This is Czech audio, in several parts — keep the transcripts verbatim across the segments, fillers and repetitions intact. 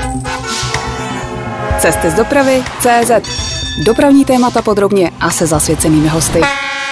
Cesty z dopravy tečka cé zet. Dopravní témata podrobně a se zasvěcenými hosty.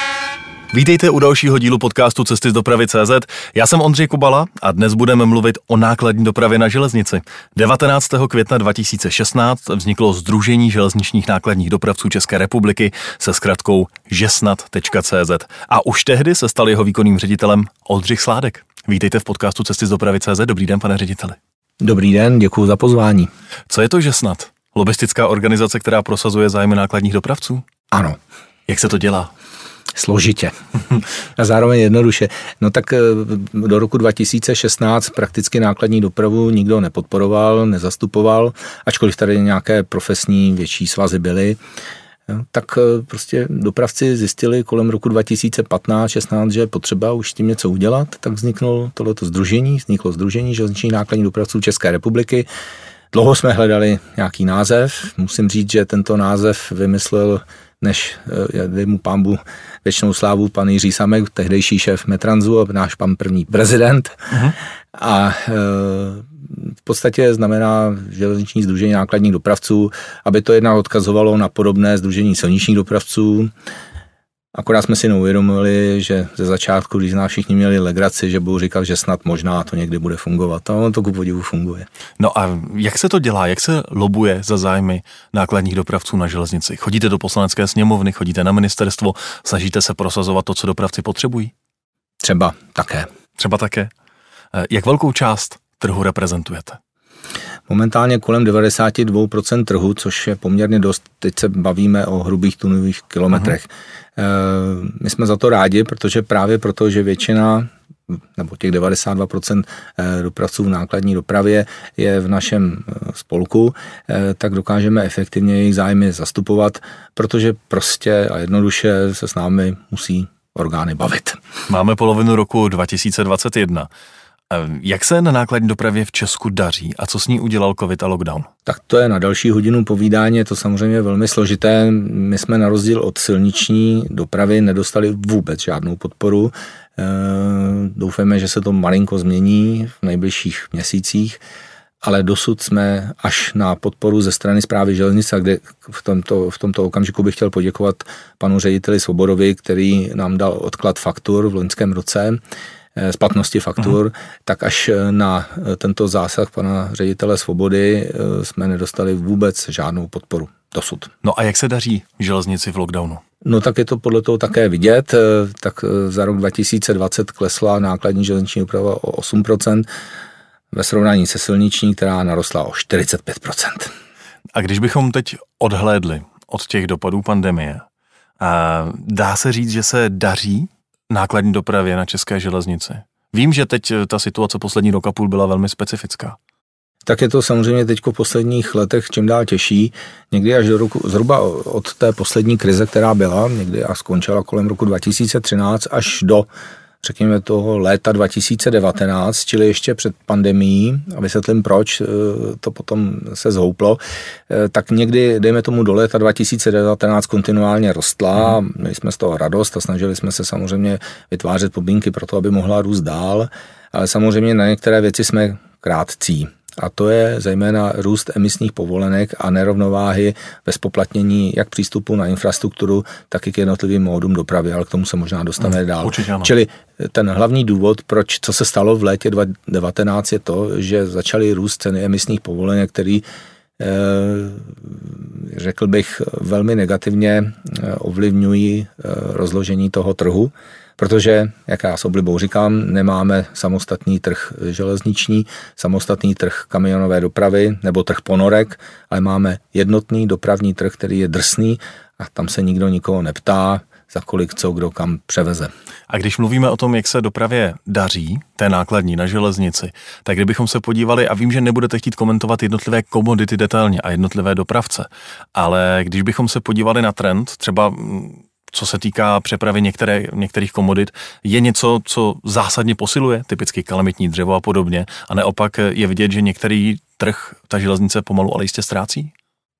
Vítejte u dalšího dílu podcastu Cesty z dopravy tečka cé zet. Já jsem Ondřej Kubala a dnes budeme mluvit o nákladní dopravě na železnici. devatenáctého května dva tisíce šestnáct vzniklo Sdružení železničních nákladních dopravců České republiky se zkratkou žesnat tečka cé zet. A už tehdy se stal jeho výkonným ředitelem Oldřich Sládek. Vítejte v podcastu Cesty z dopravy tečka cé zet. Dobrý den, pane řediteli. Dobrý den, děkuji za pozvání. Co je to žesnat? Lobistická organizace, která prosazuje zájmy nákladních dopravců? Ano. Jak se to dělá? Složitě. A zároveň jednoduše. No tak do roku dva tisíce šestnáct prakticky nákladní dopravu nikdo nepodporoval, nezastupoval, ačkoliv tady nějaké profesní větší svazy byly. Tak prostě dopravci zjistili kolem roku dva tisíce patnáct šestnáct, že je potřeba už s tím něco udělat, tak vzniklo tohleto sdružení, vzniklo Sdružení železničních nákladních dopravců České republiky. Dlouho jsme hledali nějaký název. Musím říct, že tento název vymyslel, než dej mu pánbu věčnou slávu, pan Jiří Samek, tehdejší šéf Metransu a náš pan první prezident. Uh-huh. A e, v podstatě znamená železniční sdružení nákladních dopravců, aby to jednak odkazovalo na podobné sdružení silničních dopravců. Akorát jsme si neuvědomili, že ze začátku, když nás všichni měli legraci, že budou říkat, že snad možná to někdy bude fungovat. A ono to ku podivu funguje. No a jak se to dělá? Jak se lobuje za zájmy nákladních dopravců na železnici? Chodíte do poslanecké sněmovny, chodíte na ministerstvo, snažíte se prosazovat to, co dopravci potřebují? Třeba také. Třeba také. Jak velkou část trhu reprezentujete? Momentálně kolem devadesát dva procent trhu, což je poměrně dost. Teď se bavíme o hrubých tunových kilometrech. Uh-huh. My jsme za to rádi, protože právě proto, že většina, nebo těch devadesát dva procent dopravců v nákladní dopravě je v našem spolku, tak dokážeme efektivně jejich zájmy zastupovat, protože prostě a jednoduše se s námi musí orgány bavit. Máme polovinu roku dva tisíce dvacet jedna. Jak se na nákladní dopravě v Česku daří a co s ní udělal covid a lockdown? Tak to je na další hodinu povídání, je to samozřejmě velmi složité. My jsme na rozdíl od silniční dopravy nedostali vůbec žádnou podporu. Doufáme, že se to malinko změní v nejbližších měsících, ale dosud jsme až na podporu ze strany Správy železnice, kde v tomto, v tomto okamžiku bych chtěl poděkovat panu řediteli Svobodovi, který nám dal odklad faktur v loňském roce, splatnosti faktur, uh-huh. tak až na tento zásah pana ředitele Svobody jsme nedostali vůbec žádnou podporu dosud. No a jak se daří železnici v lockdownu? No tak je to podle toho také vidět, tak za rok dva tisíce dvacet klesla nákladní železniční doprava o osm procent, ve srovnání se silniční, která narostla o čtyřicet pět procent. A když bychom teď odhlédli od těch dopadů pandemie, dá se říct, že se daří nákladní dopravě na české železnici? Vím, že teď ta situace poslední rok a půl byla velmi specifická. Tak je to samozřejmě teď v posledních letech čím dál těžší. Někdy až do roku, zhruba od té poslední krize, která byla, někdy a skončila kolem roku dva tisíce třináct až do, řekněme, toho léta dva tisíce devatenáct, čili ještě před pandemií, a vysvětlím proč, to potom se zhouplo, tak někdy, dejme tomu do léta dva tisíce devatenáct kontinuálně rostla, měli jsme z toho radost a snažili jsme se samozřejmě vytvářet podmínky pro to, aby mohla růst dál, ale samozřejmě na některé věci jsme krátcí. A to je zejména růst emisních povolenek a nerovnováhy ve zpoplatnění jak přístupu na infrastrukturu, tak i k jednotlivým módům dopravy, ale k tomu se možná dostaneme hmm, dál. Čili ten hlavní důvod, proč, co se stalo v létě dva tisíce devatenáct, je to, že začaly růst ceny emisních povolenek, který řekl bych velmi negativně ovlivňují rozložení toho trhu, protože, jak já s oblibou říkám, nemáme samostatný trh železniční, samostatný trh kamionové dopravy nebo trh ponorek, ale máme jednotný dopravní trh, který je drsný a tam se nikdo nikoho neptá, za kolik co kdo kam převeze. A když mluvíme o tom, jak se dopravě daří, té nákladní na železnici, tak kdybychom se podívali, a vím, že nebudete chtít komentovat jednotlivé komodity detailně a jednotlivé dopravce, ale když bychom se podívali na trend, třeba co se týká přepravy některé, některých komodit, je něco, co zásadně posiluje, typicky kalamitní dřevo a podobně, a naopak je vidět, že některý trh ta železnice pomalu ale jistě ztrácí?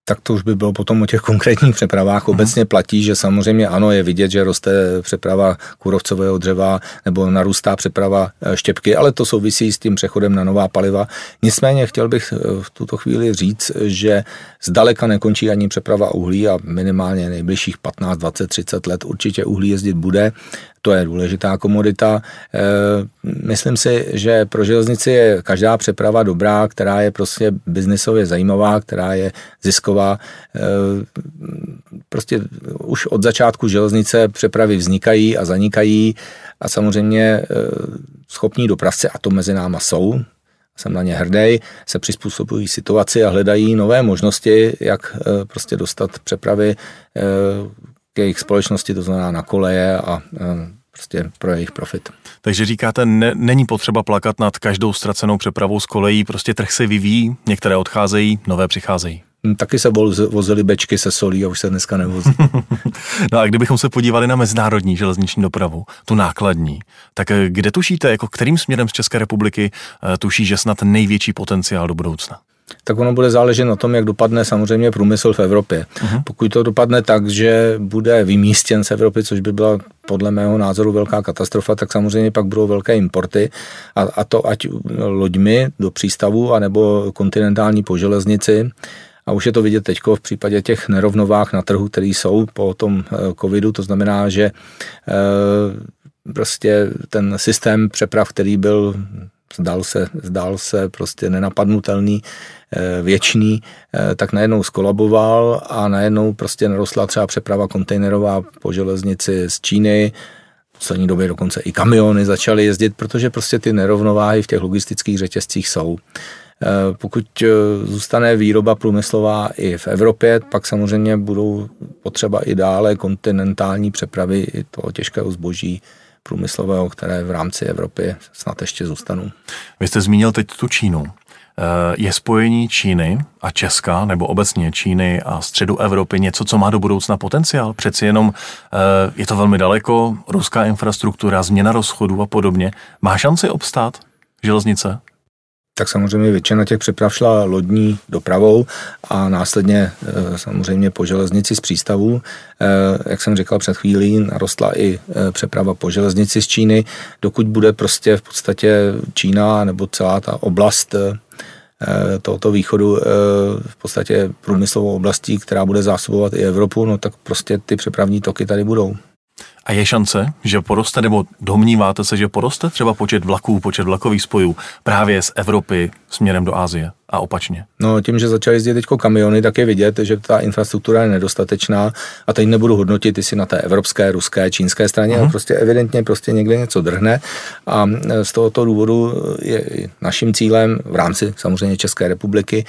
Tak to už by bylo potom o těch konkrétních přepravách. Obecně platí, že samozřejmě ano, je vidět, že roste přeprava kůrovcového dřeva nebo narůstá přeprava štěpky, ale to souvisí s tím přechodem na nová paliva. Nicméně chtěl bych v tuto chvíli říct, že zdaleka nekončí ani přeprava uhlí a minimálně nejbližších patnáct, dvacet, třicet let určitě uhlí jezdit bude. To je důležitá komodita. Myslím si, že pro železnici je každá přeprava dobrá, která je prostě biznisově zajímavá, která je zisková. Prostě už od začátku železnice přepravy vznikají a zanikají a samozřejmě schopní dopravci, a to mezi náma jsou, jsem na ně hrdý, se přizpůsobují situaci a hledají nové možnosti, jak prostě dostat přepravy k jejich společnosti, to znamená na koleje a prostě pro jejich profit. Takže říkáte, ne, není potřeba plakat nad každou ztracenou přepravou z kolejí, prostě trh se vyvíjí, některé odcházejí, nové přicházejí. Taky se vozily bečky se solí a už se dneska nevozí. No a kdybychom se podívali na mezinárodní železniční dopravu, tu nákladní, tak kde tušíte, jako kterým směrem z České republiky tuší, že snad největší potenciál do budoucna? Tak ono bude záležet na tom, jak dopadne samozřejmě průmysl v Evropě. Uh-huh. Pokud to dopadne tak, že bude vymístěn z Evropy, což by byla podle mého názoru velká katastrofa, tak samozřejmě pak budou velké importy a, a to ať loďmi do přístavu, anebo kontinentální po železnici. A už je to vidět teďko v případě těch nerovnovách na trhu, které jsou po tom covidu, to znamená, že e, prostě ten systém přeprav, který byl zdál se, zdál se prostě nenapadnutelný, věčný, tak najednou skolaboval a najednou prostě narostla třeba přeprava kontejnerová po železnici z Číny. V poslední době dokonce i kamiony začaly jezdit, protože prostě ty nerovnováhy v těch logistických řetězcích jsou. Pokud zůstane výroba průmyslová i v Evropě, pak samozřejmě budou potřeba i dále kontinentální přepravy i toho těžkého zboží průmyslového, které v rámci Evropy snad ještě zůstanou. Vy jste zmínil teď tu Čínu. Je spojení Číny a Česka, nebo obecně Číny a středu Evropy něco, co má do budoucna potenciál? Přeci jenom je to velmi daleko, ruská infrastruktura, změna rozchodů a podobně. Má šanci obstát železnice? Tak samozřejmě většina těch přeprav šla lodní dopravou a následně samozřejmě po železnici z přístavů. Jak jsem říkal před chvílí, narostla i přeprava po železnici z Číny. Dokud bude prostě v podstatě Čína nebo celá ta oblast tohoto východu v podstatě průmyslovou oblastí, která bude zásobovat i Evropu, no tak prostě ty přepravní toky tady budou. A je šance, že poroste, nebo domníváte se, že poroste třeba počet vlaků, počet vlakových spojů právě z Evropy směrem do Asie a opačně? No tím, že začaly jezdit teďko kamiony, tak je vidět, že ta infrastruktura je nedostatečná a teď nebudu hodnotit, jestli na té evropské, ruské, čínské straně, uh-huh. ale prostě evidentně prostě někde něco drhne a z tohoto důvodu je naším cílem v rámci samozřejmě České republiky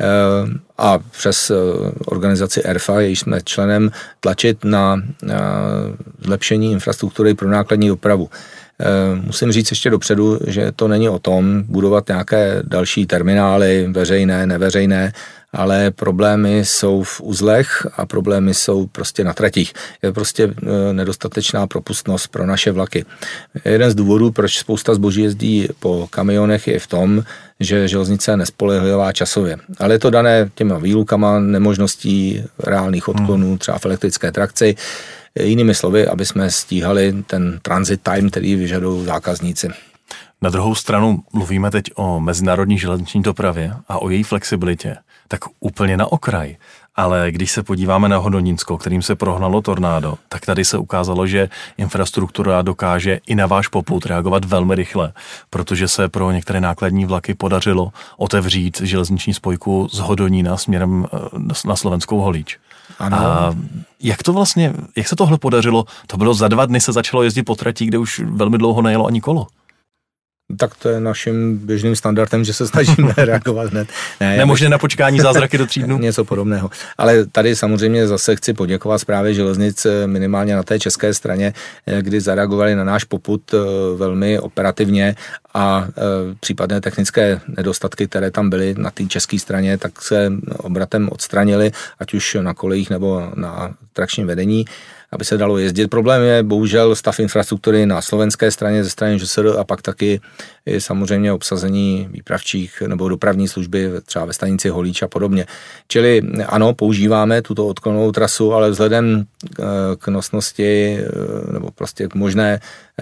a přes organizaci E R F A, jejíž jsme členem, tlačit na zlepšení infrastruktury pro nákladní dopravu. Musím říct ještě dopředu, že to není o tom budovat nějaké další terminály, veřejné, neveřejné, ale problémy jsou v uzlech a problémy jsou prostě na tratích. Je prostě nedostatečná propustnost pro naše vlaky. Jeden z důvodů, proč spousta zboží jezdí po kamionech, je v tom, že železnice je nespolehlivá časově. Ale je to dané těma výlukama, nemožností reálných odklonů, třeba v elektrické trakci. Jinými slovy, aby jsme stíhali ten transit time, který vyžadují zákazníci. Na druhou stranu mluvíme teď o mezinárodní železniční dopravě a o její flexibilitě, tak úplně na okraj. Ale když se podíváme na Hodonínsko, kterým se prohnalo tornádo, tak tady se ukázalo, že infrastruktura dokáže i na váš popud reagovat velmi rychle, protože se pro některé nákladní vlaky podařilo otevřít železniční spojku z Hodonína směrem na slovenskou Holíč. Ano. A jak to vlastně, jak se tohle podařilo? To bylo za dva dny se začalo jezdit po trati, kde už velmi dlouho nejelo ani kolo. Tak to je naším běžným standardem, že se snažíme reagovat hned. Ne, Nemožné na počkání zázraky do tří dnů? Něco podobného. Ale tady samozřejmě zase chci poděkovat Správě železnic minimálně na té české straně, kdy zareagovali na náš popud velmi operativně a případné technické nedostatky, které tam byly na té české straně, tak se obratem odstranili, ať už na kolejích nebo na trakčním vedení, aby se dalo jezdit. Problém je bohužel stav infrastruktury na slovenské straně ze strany ŽSR a pak taky je samozřejmě obsazení výpravčích nebo dopravní služby třeba ve stanici Holíč a podobně. Čili ano, používáme tuto odklonovou trasu, ale vzhledem k nosnosti nebo prostě k možné,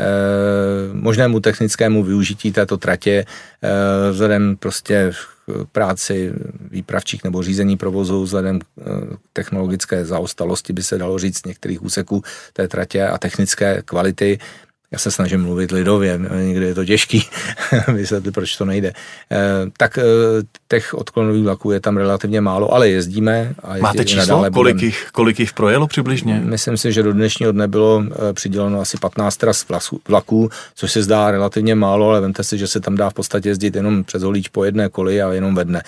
možnému technickému využití této tratě, vzhledem prostě práci výpravčích nebo řízení provozu vzhledem k technologické zaostalosti, by se dalo říct, některých úseků té tratě a technické kvality. Já se snažím mluvit lidově, někdy je to těžký, vysvětlit, proč to nejde. Tak těch odklonových vlaků je tam relativně málo, ale jezdíme. A jezdí Máte číslo? Kolik jich, kolik jich projelo přibližně? Myslím si, že do dnešního dne bylo přiděleno asi patnáct tras vlaků, což se zdá relativně málo, ale vemte si, že se tam dá v podstatě jezdit jenom přes Holíč po jedné koli a jenom ve dne.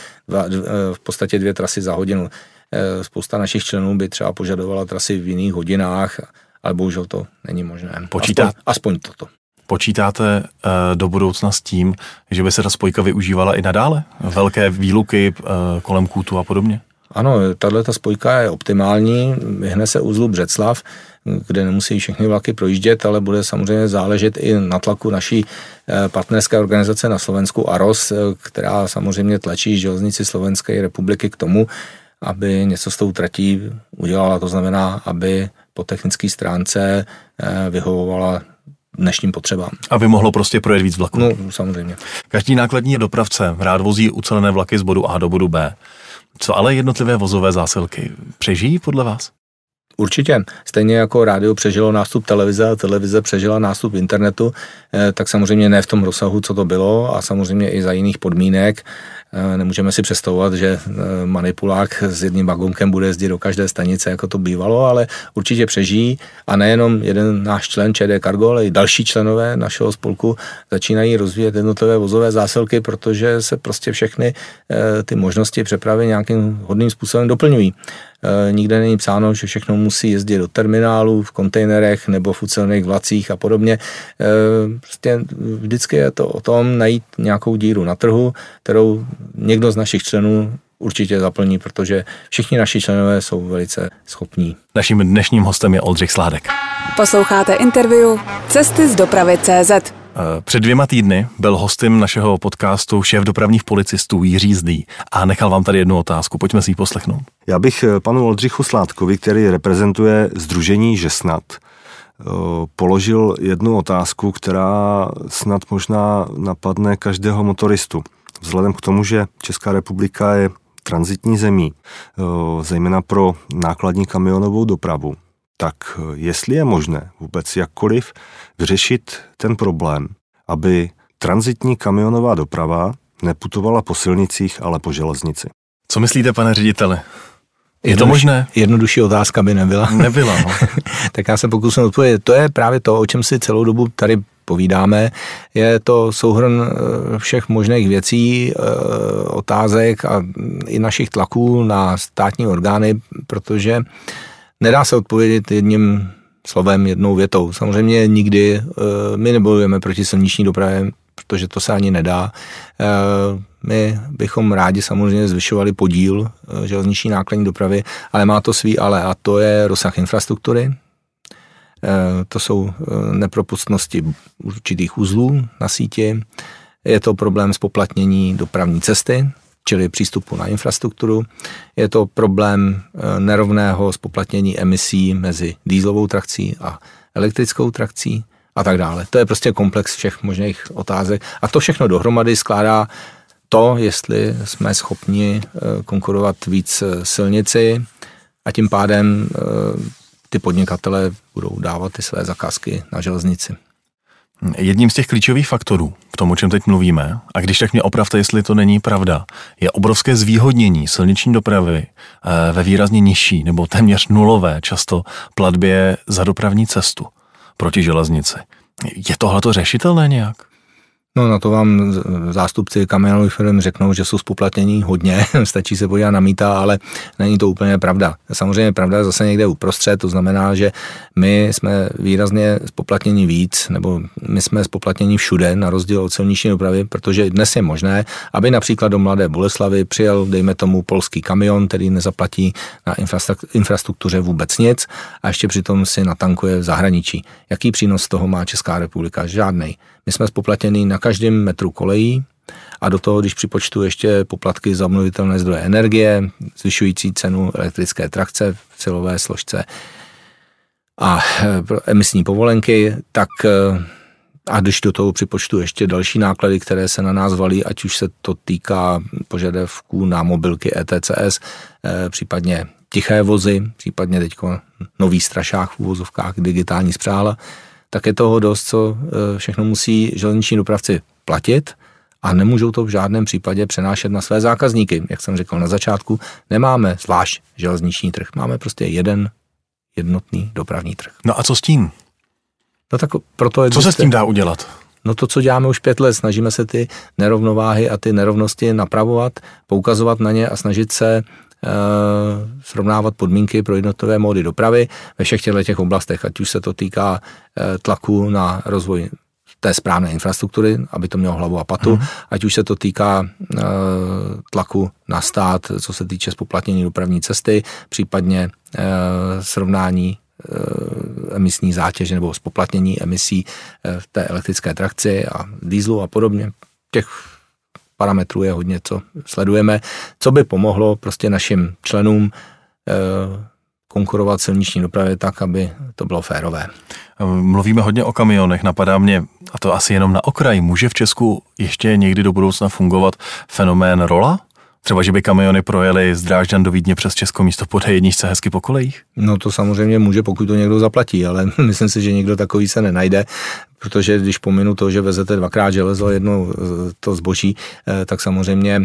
V podstatě dvě trasy za hodinu. Spousta našich členů by třeba požadovala trasy v jiných hodinách, ale bohužel to není možné. Počítá... Aspoň, aspoň toto. Počítáte uh, do budoucna s tím, že by se ta spojka využívala i nadále? Velké výluky uh, kolem Kůtu a podobně? Ano, tato spojka je optimální, vyhne se uzlu Břeclav, kde nemusí všechny vlaky projíždět, ale bude samozřejmě záležet i na tlaku naší partnerské organizace na Slovensku A R O S, která samozřejmě tlačí železnici Slovenské republiky k tomu, aby něco s tou tratí udělala, to znamená, aby po technické stránce vyhovovala dnešním potřebám. Aby mohlo prostě projet víc vlaků. No, samozřejmě. Každý nákladní dopravce rád vozí ucelené vlaky z bodu A do bodu B. Co ale jednotlivé vozové zásilky? Přežijí podle vás? Určitě. Stejně jako rádio přežilo nástup televize a televize přežila nástup internetu, tak samozřejmě ne v tom rozsahu, co to bylo a samozřejmě i za jiných podmínek. Nemůžeme si představovat, že manipulák s jedním vagonkem bude jezdit do každé stanice, jako to bývalo, ale určitě přežijí a nejenom jeden náš člen ČD Cargo, ale i další členové našeho spolku začínají rozvíjet jednotlivé vozové zásilky, protože se prostě všechny ty možnosti přepravy nějakým hodným způsobem doplňují. Nikde není psáno, že všechno musí jezdit do terminálů, v kontejnerech nebo v ucelených vlacích a podobně. Prostě vždycky je to o tom najít nějakou díru na trhu, kterou někdo z našich členů určitě zaplní, protože všichni naši členové jsou velice schopní. Naším dnešním hostem je Oldřich Sládek. Posloucháte interview Cesty z dopravy tečka cé zet. Před dvěma týdny byl hostem našeho podcastu šéf dopravních policistů Jiří Zdý a nechal vám tady jednu otázku. Pojďme si ji poslechnout. Já bych panu Oldřichu Sládkovi, který reprezentuje sdružení Žesnat, položil jednu otázku, která snad možná napadne každého motoristu. Vzhledem k tomu, že Česká republika je tranzitní zemí, zejména pro nákladní kamionovou dopravu, tak jestli je možné vůbec jakkoliv vyřešit ten problém, aby tranzitní kamionová doprava neputovala po silnicích, ale po železnici. Co myslíte, pane řediteli? Je to možné? Jednodušší otázka by nebyla. Nebyla, no. Tak já se pokusím odpovědět. To je právě to, o čem si celou dobu tady povídáme. Je to souhrn všech možných věcí, otázek a i našich tlaků na státní orgány, protože nedá se odpovědět jedním slovem, jednou větou. Samozřejmě nikdy my nebojujeme proti silniční dopravě, protože to se ani nedá. My bychom rádi samozřejmě zvyšovali podíl železniční nákladní dopravy, ale má to svý ale a to je rozsah infrastruktury. To jsou nepropustnosti určitých uzlů na síti. Je to problém zpoplatnění dopravní cesty, čili přístupu na infrastrukturu. Je to problém nerovného zpoplatnění emisí mezi dieselovou trakcí a elektrickou trakcí a tak dále. To je prostě komplex všech možných otázek. A to všechno dohromady skládá to, jestli jsme schopni konkurovat víc silnici a tím pádem ty podnikatele budou dávat ty své zakázky na železnici. Jedním z těch klíčových faktorů v tom, o čem teď mluvíme, a když tak mě opravte, jestli to není pravda, je obrovské zvýhodnění silniční dopravy ve výrazně nižší nebo téměř nulové často platbě za dopravní cestu proti železnici. Je tohleto řešitelné nějak? No na to vám zástupci kamionových firm řeknou, že jsou zpoplatnění hodně, stačí se podívat na mýta, ale není to úplně pravda. Samozřejmě pravda je zase někde uprostřed, to znamená, že my jsme výrazně zpoplatnění víc, nebo my jsme zpoplatnění všude, na rozdíl od silniční dopravy, protože dnes je možné, aby například do Mladé Boleslavi přijel, dejme tomu, polský kamion, který nezaplatí na infrastruktuře vůbec nic a ještě přitom si natankuje v zahraničí. Jaký přínos z toho má Česká republika? Žádnej. My jsme zpoplatněni na každém metru kolejí a do toho, když připočtu ještě poplatky za obnovitelné zdroje energie, zvyšující cenu elektrické trakce v silové složce a emisní povolenky, tak a když do toho připočtu ještě další náklady, které se na nás valí, ať už se to týká požadavků na mobilky E T C S, případně tiché vozy, případně teďko nový strašák v uvozovkách, digitální spřáhla, tak je toho dost, co všechno musí železniční dopravci platit a nemůžou to v žádném případě přenášet na své zákazníky. Jak jsem řekl na začátku, nemáme zvlášť železniční trh, máme prostě jeden jednotný dopravní trh. No a co s tím? No tak proto co se s tím dá udělat? No to, co děláme už pět let, snažíme se ty nerovnováhy a ty nerovnosti napravovat, poukazovat na ně a snažit se srovnávat podmínky pro jednotlivé módy dopravy ve všech těchto těch oblastech, ať už se to týká tlaku na rozvoj té správné infrastruktury, aby to mělo hlavu a patu, hmm. ať už se to týká tlaku na stát, co se týče zpoplatnění dopravní cesty, případně srovnání emisní zátěže nebo zpoplatnění emisí v té elektrické trakci a dieselu a podobně. Těch parametrů je hodně, co sledujeme, co by pomohlo prostě našim členům eh, konkurovat silniční dopravě tak, aby to bylo férové. Mluvíme hodně o kamionech, napadá mě, a to asi jenom na okraji, může v Česku ještě někdy do budoucna fungovat fenomén rola? Třeba, že by kamiony projeli z Drážďan do Vídně přes Česko místo po té jedničce hezky po kolejích? No to samozřejmě může, pokud to někdo zaplatí, ale myslím si, že někdo takový se nenajde, protože když pominu to, že vezete dvakrát železo, jedno to zboží, tak samozřejmě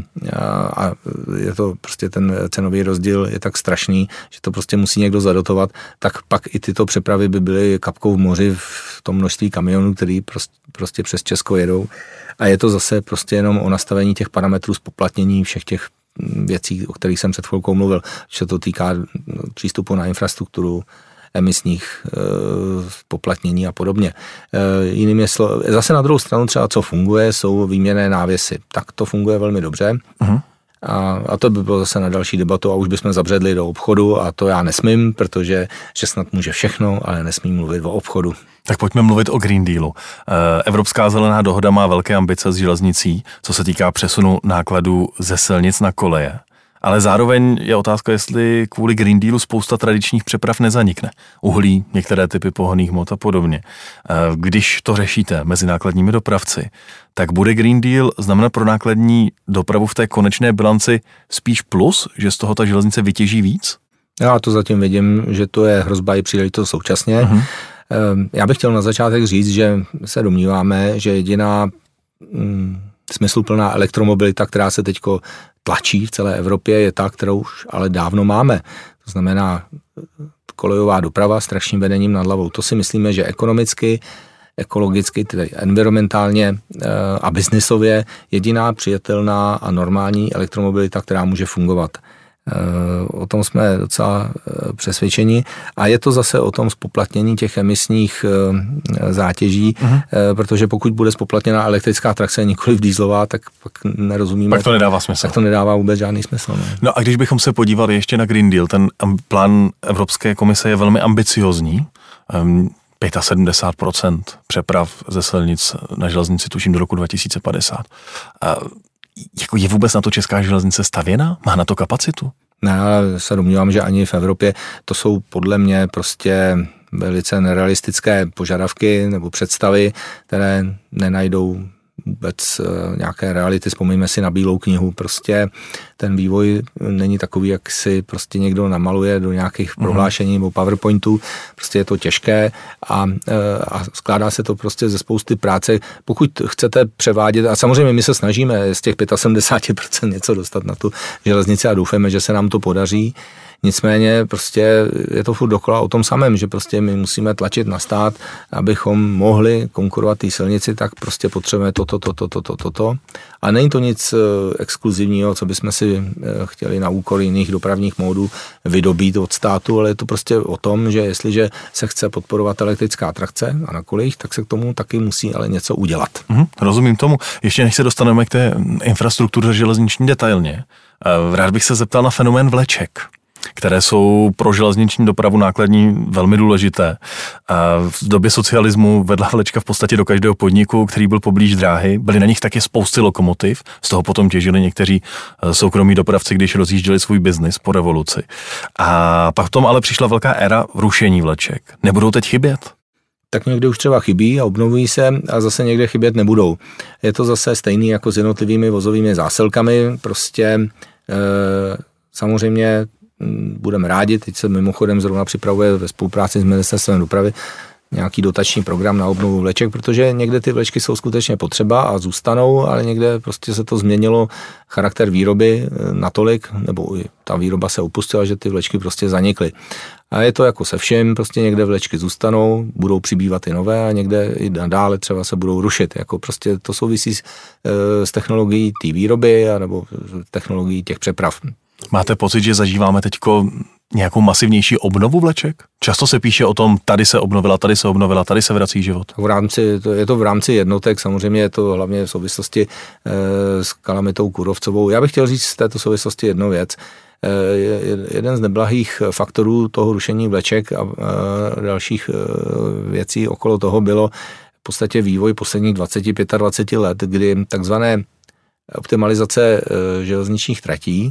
a je to prostě ten cenový rozdíl je tak strašný, že to prostě musí někdo zadotovat, tak pak i tyto přepravy by byly kapkou v moři v tom množství kamionů, který prostě přes Česko jedou. A je to zase prostě jenom o nastavení těch parametrů zpoplatnění všech těch věcí, o kterých jsem před chvilkou mluvil, že se to týká přístupu na infrastrukturu, emisních spoplatnění a podobně. Jinými slovy, zase na druhou stranu třeba co funguje, jsou výměnné návěsy. Tak to funguje velmi dobře. Uh-huh. A, a to by bylo zase na další debatu a už bychom zabředli do obchodu a to já nesmím, protože že snad může všechno, ale nesmím mluvit o obchodu. Tak pojďme mluvit o Green Dealu. Evropská zelená dohoda má velké ambice s železnicí, co se týká přesunu nákladů ze silnic na koleje. Ale zároveň je otázka, jestli kvůli Green Dealu spousta tradičních přeprav nezanikne. Uhlí, některé typy pohonných hmot a podobně. Když to řešíte mezi nákladními dopravci, tak bude Green Deal znamenat pro nákladní dopravu v té konečné bilanci spíš plus, že z toho ta železnice vytěží víc? Já to zatím vidím, že to je hrozba i příležitost současně. Uh-huh. Já bych chtěl na začátek říct, že se domníváme, že jediná mm, smysluplná elektromobilita, která se teďko tlačí v celé Evropě, je ta, kterou už ale dávno máme. To znamená kolejová doprava s trakčním vedením nad hlavou. To si myslíme, že ekonomicky, ekologicky, tedy environmentálně a biznisově jediná přijatelná a normální elektromobilita, která může fungovat. O tom jsme docela přesvědčeni a je to zase o tom zpoplatnění těch emisních zátěží, uh-huh. protože pokud bude zpoplatněná elektrická trakce, nikoliv dieselová, tak pak nerozumíme. Pak to nedává smysl. Tak to nedává vůbec žádný smysl. Ne? No a když bychom se podívali ještě na Green Deal, ten plán Evropské komise je velmi ambiciozní. sedmdesát pět procent přeprav ze silnic na železnici tuším do roku dva tisíce padesát. A jako je vůbec na to česká železnice stavěna? Má na to kapacitu? Ne, ale se domnívám, že ani v Evropě to jsou podle mě prostě velice nerealistické požadavky nebo představy, které nenajdou vůbec nějaké reality. Vzpomeňme si na Bílou knihu. Prostě ten vývoj není takový, jak si prostě někdo namaluje do nějakých mm. prohlášení nebo PowerPointů, prostě je to těžké a, a skládá se to prostě ze spousty práce. Pokud chcete převádět, a samozřejmě my se snažíme z těch sedmdesát pět procent něco dostat na tu železnici a doufáme, že se nám to podaří. Nicméně prostě je to furt dokola o tom samém, že prostě my musíme tlačit na stát, abychom mohli konkurovat té silnici, tak prostě potřebujeme toto, toto, toto, toto. A není to nic exkluzivního, co bychom si chtěli na úkor jiných dopravních módů vydobít od státu, ale je to prostě o tom, že jestliže se chce podporovat elektrická trakce a na kolejích, tak se k tomu taky musí ale něco udělat. Mhm, rozumím tomu. Ještě než se dostaneme k té infrastruktuře železniční detailně, rád bych se zeptal na fenomén vleček, které jsou pro železniční dopravu nákladní velmi důležité. V době socialismu vedla vlečka v podstatě do každého podniku, který byl poblíž dráhy. Byly na nich taky spousty lokomotiv, z toho potom těžili někteří soukromí dopravci, když rozjížděli svůj biznis po revoluci. A pak tom ale přišla velká éra rušení vleček. Nebudou teď chybět? Tak někde už třeba chybí a obnovují se a zase někde chybět nebudou. Je to zase stejný jako s jednotlivými vozovými zásilkami. Prostě e, samozřejmě budeme rádi, teď se mimochodem zrovna připravuje ve spolupráci s Ministerstvem dopravy nějaký dotační program na obnovu vleček, protože někde ty vlečky jsou skutečně potřeba a zůstanou, ale někde prostě se to změnilo charakter výroby natolik, nebo ta výroba se opustila, že ty vlečky prostě zanikly. A je to jako se všem, prostě někde vlečky zůstanou, budou přibývat i nové a někde i nadále třeba se budou rušit. Jako prostě to souvisí s, s technologií té výroby a nebo technologií těch přeprav. Máte pocit, že zažíváme teďko nějakou masivnější obnovu vleček? Často se píše o tom, tady se obnovila, tady se obnovila, tady se vrací život. V rámci, to, je to v rámci jednotek, samozřejmě je to hlavně v souvislosti e, s kalamitou kůrovcovou. Já bych chtěl říct z této souvislosti jednu věc. E, jeden z neblahých faktorů toho rušení vleček a e, dalších e, věcí okolo toho bylo v podstatě vývoj posledních dvacet až dvacet pět let, kdy takzvané optimalizace e, železničních tratí,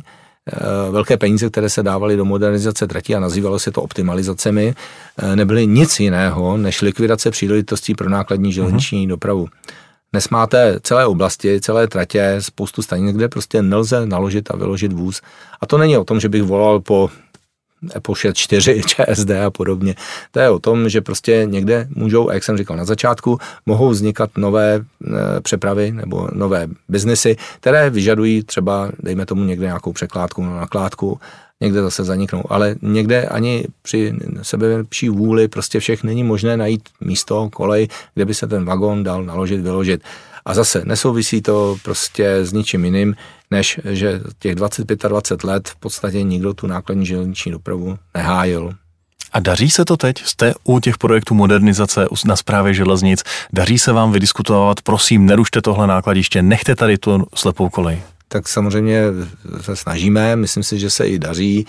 velké peníze, které se dávaly do modernizace tratí a nazývalo se to optimalizacemi, nebyly nic jiného než likvidace příležitostí pro nákladní železniční dopravu. Dnes máte celé oblasti, celé tratě, spoustu stanic, kde prostě nelze naložit a vyložit vůz. A to není o tom, že bych volal po Apple čtyři, ČSD a podobně. To je o tom, že prostě někde můžou, a jak jsem říkal na začátku, mohou vznikat nové e, přepravy nebo nové biznesy, které vyžadují třeba, dejme tomu někde nějakou překládku na nakládku, někde zase zaniknou, ale někde ani při sebelepší vůli prostě všech není možné najít místo, kolej, kde by se ten vagón dal naložit, vyložit. A zase nesouvisí to prostě s ničím jiným, než že těch dvacet pět dvacet let v podstatě nikdo tu nákladní železniční dopravu nehájil. A daří se to teď? Jste u těch projektů modernizace na správě železnic? Daří se vám vydiskutovat, prosím, nerušte tohle nákladiště, nechte tady tu slepou kolej? Tak samozřejmě se snažíme, myslím si, že se i daří.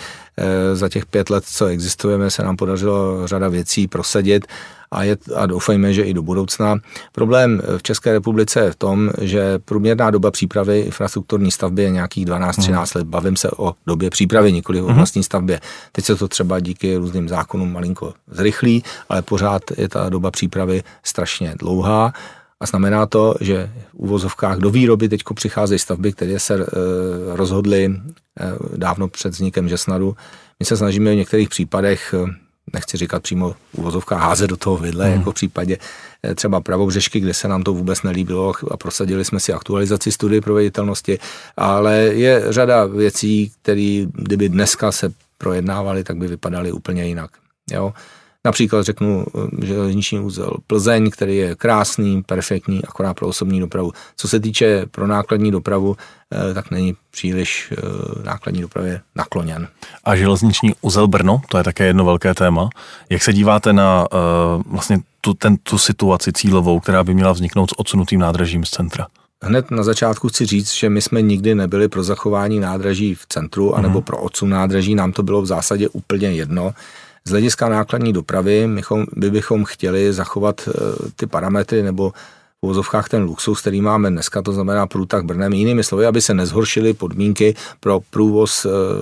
Za těch pět let, co existujeme, se nám podařilo řada věcí prosadit a, je, a doufejme, že i do budoucna. Problém v České republice je v tom, že průměrná doba přípravy infrastrukturní stavby je nějakých dvanáct třináct let. Bavím se o době přípravy, nikoli o vlastní stavbě. Teď se to třeba díky různým zákonům malinko zrychlí, ale pořád je ta doba přípravy strašně dlouhá. A znamená to, že v uvozovkách do výroby teď přicházejí stavby, které se e, rozhodly e, dávno před vznikem žesnadu. My se snažíme v některých případech, nechci říkat přímo v uvozovkách, házet do toho vidle, hmm. jako v případě e, třeba Pravobřežky, kde se nám to vůbec nelíbilo a prosadili jsme si aktualizaci studie proveditelnosti, ale je řada věcí, které kdyby dneska se projednávaly, tak by vypadaly úplně jinak. Jo? Například řeknu železniční úzel Plzeň, který je krásný, perfektní, akorát pro osobní dopravu. Co se týče pro nákladní dopravu, tak není příliš nákladní dopravě nakloněn. A železniční úzel Brno, to je také jedno velké téma. Jak se díváte na uh, vlastně tu, ten, tu situaci cílovou, která by měla vzniknout s odsunutým nádražím z centra? Hned na začátku chci říct, že my jsme nikdy nebyli pro zachování nádraží v centru, anebo pro odsun nádraží, nám to bylo v zásadě úplně jedno. Z hlediska nákladní dopravy bychom, by bychom chtěli zachovat ty parametry nebo v uvozovkách ten luxus, který máme dneska, to znamená průtah Brnem. Jinými slovy, aby se nezhoršily podmínky pro průvoz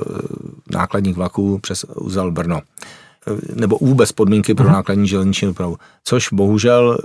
nákladních vlaků přes úzel Brno. Nebo vůbec podmínky pro nákladní železniční dopravu. Což bohužel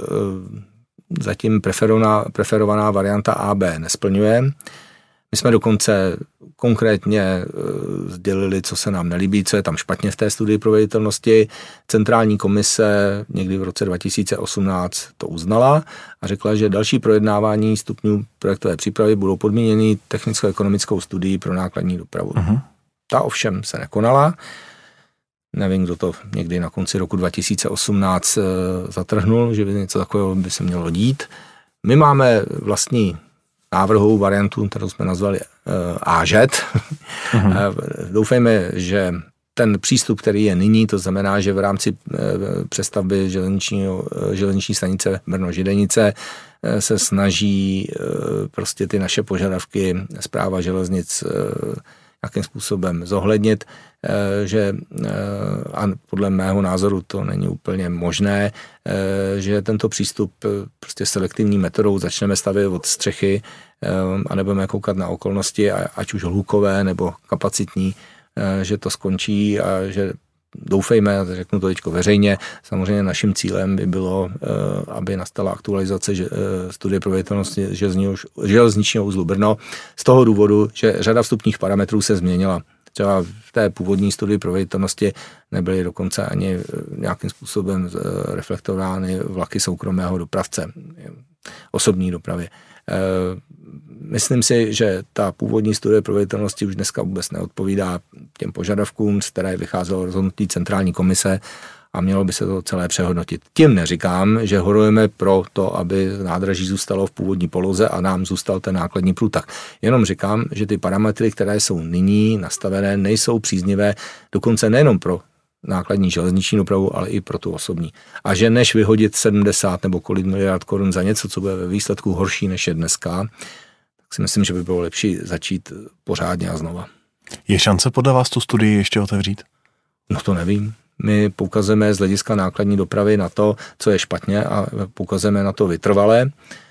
zatím preferovaná, preferovaná varianta A B nesplňuje. My jsme dokonce konkrétně sdělili, co se nám nelíbí, co je tam špatně v té studii proveditelnosti. Centrální komise někdy v roce dva tisíce osmnáct to uznala a řekla, že další projednávání stupňů projektové přípravy budou podmíněny technicko-ekonomickou studií pro nákladní dopravu. Uh-huh. Ta ovšem se nekonala. Nevím, kdo to někdy na konci roku dva tisíce osmnáct zatrhnul, že by něco takového by se mělo dít. My máme vlastní návrhovou variantu, kterou jsme nazvali á žet. Uh-huh. Doufejme, že ten přístup, který je nyní, to znamená, že v rámci přestavby železniční stanice Brno-Židenice se snaží prostě ty naše požadavky Správa železnic nějakým způsobem zohlednit, že a podle mého názoru to není úplně možné, že tento přístup prostě selektivní metodou začneme stavět od střechy a nebudeme koukat na okolnosti, ať už hlukové nebo kapacitní, že to skončí a že doufejme, a řeknu to teďko veřejně, samozřejmě naším cílem by bylo, aby nastala aktualizace studie proveditelnosti železničního uzlu Brno z toho důvodu, že řada vstupních parametrů se změnila. Třeba v té původní studii proveditelnosti nebyly dokonce ani nějakým způsobem reflektovány vlaky soukromého dopravce, osobní dopravy. Myslím si, že ta původní studie proveditelnosti už dneska vůbec neodpovídá těm požadavkům, z které vycházelo rozhodnutí centrální komise a mělo by se to celé přehodnotit. Tím neříkám, že horujeme pro to, aby nádraží zůstalo v původní poloze a nám zůstal ten nákladní průtah. Jenom říkám, že ty parametry, které jsou nyní nastavené, nejsou příznivé dokonce nejenom pro nákladní železniční dopravu, ale i pro tu osobní. A že než vyhodit sedmdesát nebo kolik miliard korun za něco, co bude ve výsledku horší než je dneska, tak si myslím, že by bylo lepší začít pořádně a znova. Je šance podle vás tu studii ještě otevřít? No to nevím. My poukazujeme z hlediska nákladní dopravy na to, co je špatně a poukazujeme na to vytrvalé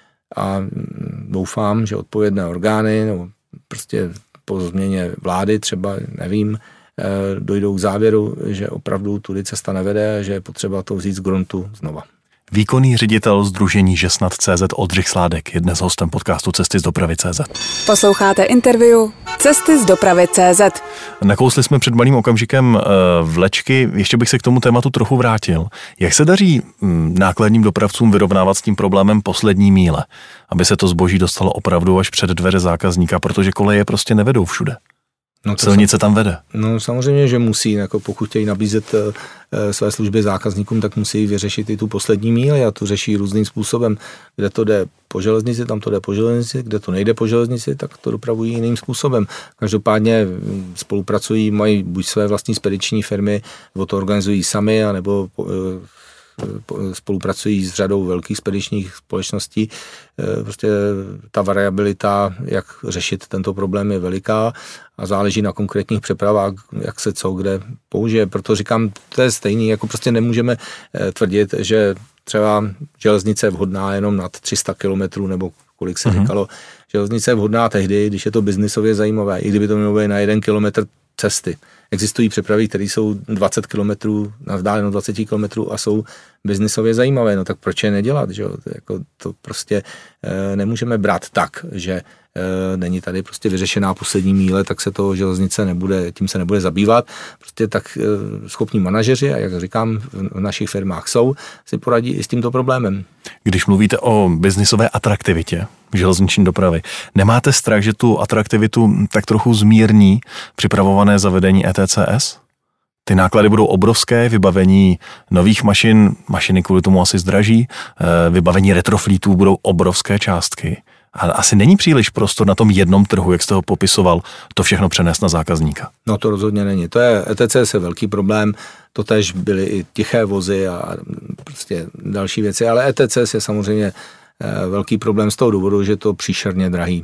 a doufám, že odpovědné orgány nebo prostě po změně vlády třeba, nevím, dojdou k závěru, že opravdu tudy cesta nevede a že je potřeba to vzít z gruntu znova. Výkonný ředitel sdružení Žesnat tečka cé zet Oldřich Sládek je dnes hostem podcastu Cesty z dopravy tečka cé zet. Posloucháte interview Cesty z dopravy tečka cé zet. Nakousli jsme před malým okamžikem vlečky, ještě bych se k tomu tématu trochu vrátil. Jak se daří nákladním dopravcům vyrovnávat s tím problémem poslední míle, aby se to zboží dostalo opravdu až před dveře zákazníka, protože koleje prostě nevedou všude? No silnice tam vede. No samozřejmě, že musí, jako pokud chtějí nabízet e, své služby zákazníkům, tak musí vyřešit i tu poslední míli a tu řeší různým způsobem. Kde to jde po železnici, tam to jde po železnici, kde to nejde po železnici, tak to dopravují jiným způsobem. Každopádně spolupracují, mají buď své vlastní spediční firmy, nebo to organizují sami, anebo e, spolupracují s řadou velkých spedičních společností. Prostě ta variabilita, jak řešit tento problém, je veliká a záleží na konkrétních přepravách, jak se co kde použije. Proto říkám, to je stejný, jako prostě nemůžeme tvrdit, že třeba železnice je vhodná jenom nad tři sta kilometrů nebo kolik se mm-hmm. říkalo. Železnice je vhodná tehdy, když je to biznisově zajímavé, i kdyby to mělo být na jeden kilometr cesty. Existují přepravy, které jsou dvacet kilometrů, na vzdálenost dvacet kilometrů a jsou biznisově zajímavé, no tak proč je nedělat, že jo? To, jako, to prostě e, nemůžeme brát tak, že e, není tady prostě vyřešená poslední míle, tak se to železnice nebude, tím se nebude zabývat. Prostě tak e, schopní manažeři, a jak říkám, v, v našich firmách jsou, si poradí i s tímto problémem. Když mluvíte o biznisové atraktivitě železniční dopravy, nemáte strach, že tu atraktivitu tak trochu zmírní připravované zavedení E T C S? Ty náklady budou obrovské, vybavení nových mašin, mašiny kvůli tomu asi zdraží, vybavení retroflítů budou obrovské částky. A asi není příliš prostor na tom jednom trhu, jak jste ho popisoval, to všechno přenést na zákazníka. No to rozhodně není. To je, E T C S je velký problém, to tež byly i tiché vozy a prostě další věci, ale E T C S je samozřejmě velký problém z toho důvodu, že je to příšerně drahý.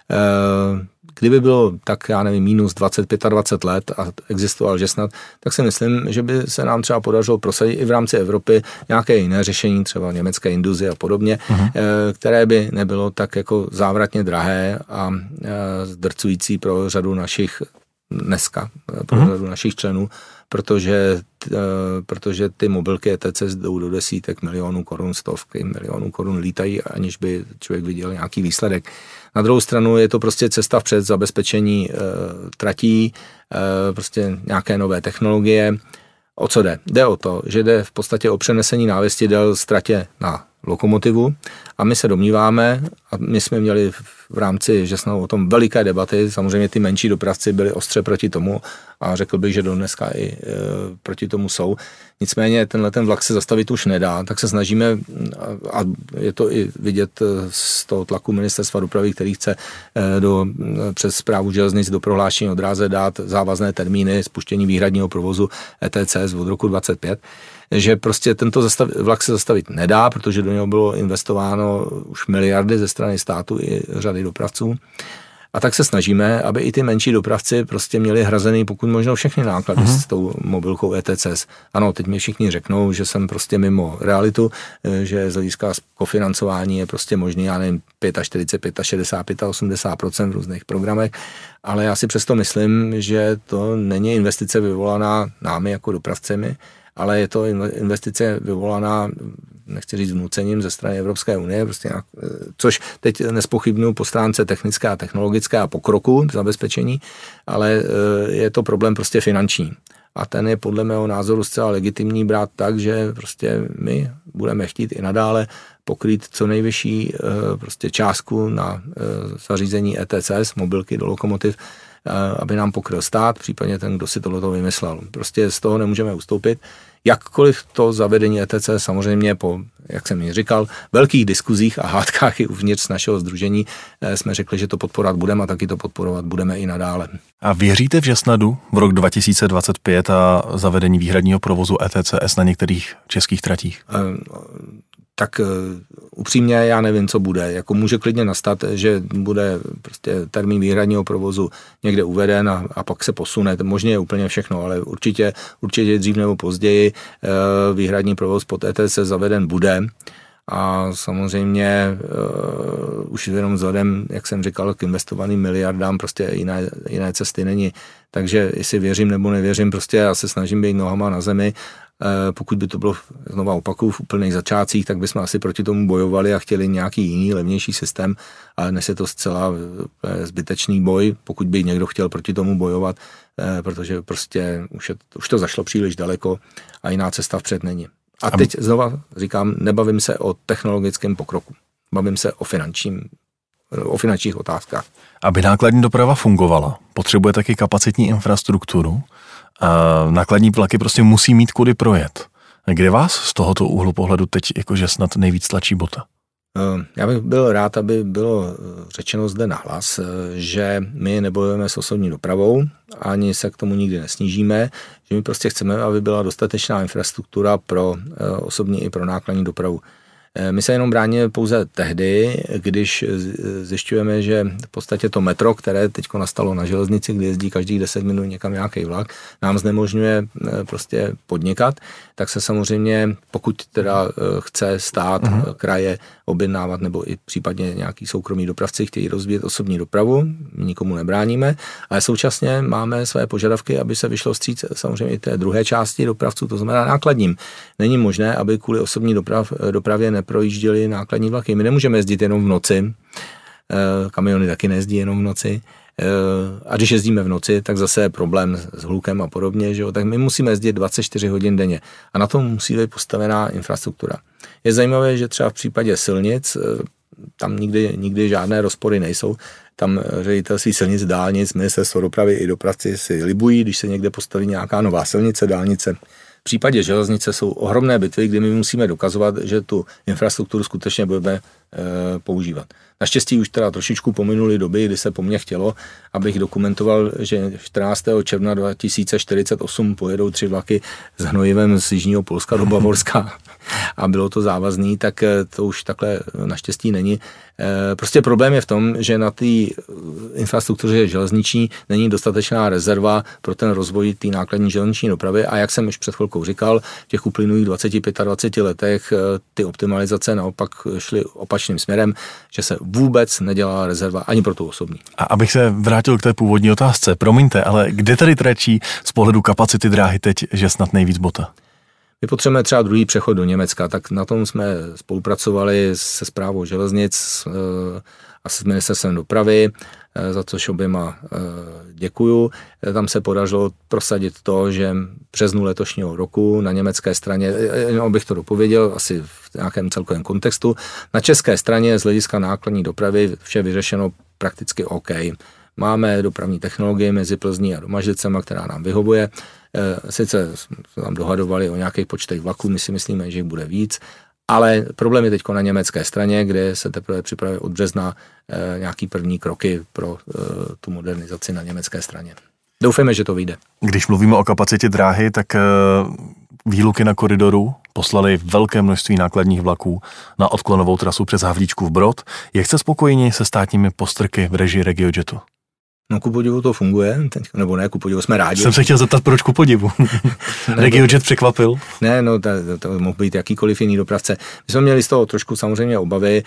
Kdyby bylo tak, já nevím, minus dvacet, dvacet pět let a existoval Žesnat, tak si myslím, že by se nám třeba podařilo prosadit i v rámci Evropy nějaké jiné řešení, třeba německé Induzy a podobně, uh-huh. které by nebylo tak jako závratně drahé a zdrcující pro řadu našich dneska, pro uh-huh. řadu našich členů, protože protože ty mobilky E T C jdou do desítek milionů korun, stovky milionů korun lítají, aniž by člověk viděl nějaký výsledek. Na druhou stranu je to prostě cesta vpřed, zabezpečení e, tratí, e, prostě nějaké nové technologie. O co jde? Jde o to, že jde v podstatě o přenesení návěstidel z tratě na lokomotivu a my se domníváme, a my jsme měli v rámci Žesnavu o tom veliké debaty, samozřejmě ty menší dopravci byli ostře proti tomu a řekl bych, že do dneska i e, proti tomu jsou. Nicméně tenhle ten vlak se zastavit už nedá, tak se snažíme, a je to i vidět z toho tlaku ministerstva dopravy, který chce e, do, přes správu železnic do prohlášení o dráze dát závazné termíny spuštění výhradního provozu E T C S od roku dvacet pět, že prostě tento zastav, vlak se zastavit nedá, protože do něho bylo investováno už miliardy ze strany státu i řady dopravců. A tak se snažíme, aby i ty menší dopravci prostě měli hrazený pokud možno všechny náklady mm-hmm. s tou mobilkou E T C S. Ano, teď mi všichni řeknou, že jsem prostě mimo realitu, že z hlediska kofinancování je prostě možný, já nevím, čtyřicet pět, šedesát pět, osmdesát procent v různých programech, ale já si přesto myslím, že to není investice vyvolaná námi jako dopravcemi, ale je to investice vyvolaná, nechci říct vnucením ze strany Evropské unie, prostě nějak, což teď nespochybnuju po stránce technické a technologické a pokroku zabezpečení, ale je to problém prostě finanční. A ten je podle mého názoru zcela legitimní brát tak, že prostě my budeme chtít i nadále pokrýt co nejvyšší prostě částku na zařízení E T C S, mobilky do lokomotiv, aby nám pokryl stát, případně ten, kdo si tohleto vymyslel. Prostě z toho nemůžeme ustoupit. Jakkoliv to zavedení E T C samozřejmě po, jak jsem ji říkal, velkých diskuzích a hádkách i uvnitř našeho sdružení jsme řekli, že to podporovat budeme a taky to podporovat budeme i nadále. A věříte v Žesnadu v rok dva tisíce dvacet pět a zavedení výhradního provozu E T C S na některých českých tratích? Tak upřímně já nevím, co bude. Jako může klidně nastat, že bude prostě termín výhradního provozu někde uveden a, a pak se posune. Možně je úplně všechno, ale určitě, určitě dřív nebo později výhradní provoz pod E T C zaveden bude. A samozřejmě uh, už jenom vzhledem, jak jsem říkal, k investovaným miliardám prostě jiné, jiné cesty není. Takže jestli věřím nebo nevěřím, prostě já se snažím být nohama na zemi. Pokud by to bylo, znova opakuju, v úplných začátcích, tak bychom asi proti tomu bojovali a chtěli nějaký jiný, levnější systém, ale dnes je to zcela zbytečný boj, pokud by někdo chtěl proti tomu bojovat, protože prostě už, je, už to zašlo příliš daleko a jiná cesta vpřed není. A teď znova říkám, nebavím se o technologickém pokroku, bavím se o finančním, o finančních otázkách. Aby nákladní doprava fungovala, potřebuje taky kapacitní infrastrukturu. Uh, nákladní vlaky prostě musí mít kudy projet. Kde vás z tohoto úhlu pohledu teď jakože snad nejvíc tlačí bota? Uh, já bych byl rád, aby bylo řečeno zde nahlas, že my nebojujeme s osobní dopravou, ani se k tomu nikdy nesnížíme, že my prostě chceme, aby byla dostatečná infrastruktura pro uh, osobní i pro nákladní dopravu. My se jenom bráníme pouze tehdy, když zjišťujeme, že v podstatě to metro, které teď nastalo na železnici, kde jezdí každých deset minut někam nějaký vlak, nám znemožňuje prostě podnikat, tak se samozřejmě, pokud teda chce stát, uh-huh. kraje objednávat nebo i případně nějaký soukromý dopravci chtějí rozvíjet osobní dopravu, my nikomu nebráníme, ale současně máme své požadavky, aby se vyšlo vstříc samozřejmě i té druhé části dopravců, to znamená nákladním. Není možné, aby kvůli osobní doprav, dopravě neprojížděly nákladní vlaky. My nemůžeme jezdit jenom v noci, kamiony taky nejezdí jenom v noci, a když jezdíme v noci, tak zase je problém s hlukem a podobně, že jo? Tak my musíme jezdit dvacet čtyři hodin denně a na tom musí být postavená infrastruktura. Je zajímavé, že třeba v případě silnic, tam nikdy, nikdy žádné rozpory nejsou, tam ředitelství silnic, dálnic, ministerstvo dopravy i dopravci si libují, když se někde postaví nějaká nová silnice, dálnice. V případě železnice jsou ohromné bitvy, kdy my musíme dokazovat, že tu infrastrukturu skutečně budeme e, používat. Naštěstí už teda trošičku pominuly doby, kdy se po mně chtělo, abych dokumentoval, že čtrnáctého června dva tisíce čtyřicet osm pojedou tři vlaky s hnojivem z jižního Polska do Bavorska. a bylo to závazný, tak to už takhle naštěstí není. Prostě problém je v tom, že na té infrastruktuře železniční není dostatečná rezerva pro ten rozvoj té nákladní železniční dopravy a jak jsem už před chvilkou říkal, v těch uplynulých dvacet dvacet pět letech ty optimalizace naopak šly opačným směrem, že se vůbec nedělala rezerva ani pro tu osobní. A abych se vrátil k té původní otázce, promiňte, ale kde tady tračí z pohledu kapacity dráhy teď, že snad nejvíc bota? My potřebujeme třeba druhý přechod do Německa, tak na tom jsme spolupracovali se Správou železnic a s ministerstvem dopravy, za což oběma děkuju. Tam se podařilo prosadit to, že v březnu letošního roku na německé straně, jenom bych to dopověděl, asi v nějakém celkovém kontextu, na české straně z hlediska nákladní dopravy vše vyřešeno prakticky OK. Máme dopravní technologie mezi Plzní a Domažlicema, která nám vyhovuje. Sice jsme tam dohadovali o nějakých počtech vlaků, my si myslíme, že jich bude víc, ale problém je teď na německé straně, kde se teprve připravuje od března nějaký první kroky pro tu modernizaci na německé straně. Doufejme, že to vyjde. Když mluvíme o kapacitě dráhy, tak výluky na koridoru poslali velké množství nákladních vlaků na odklonovou trasu přes Havlíčkův Brod. Jak jste spokojeni se státními postrky v režii RegioJetu? No ku podivu to funguje, teď, nebo ne, ku podivu jsme rádi. Jsem se chtěl zeptat, proč ku podivu. RegioJet překvapil? Ne, no to, to, to mohl být jakýkoliv jiný dopravce. My jsme měli z toho trošku samozřejmě obavy.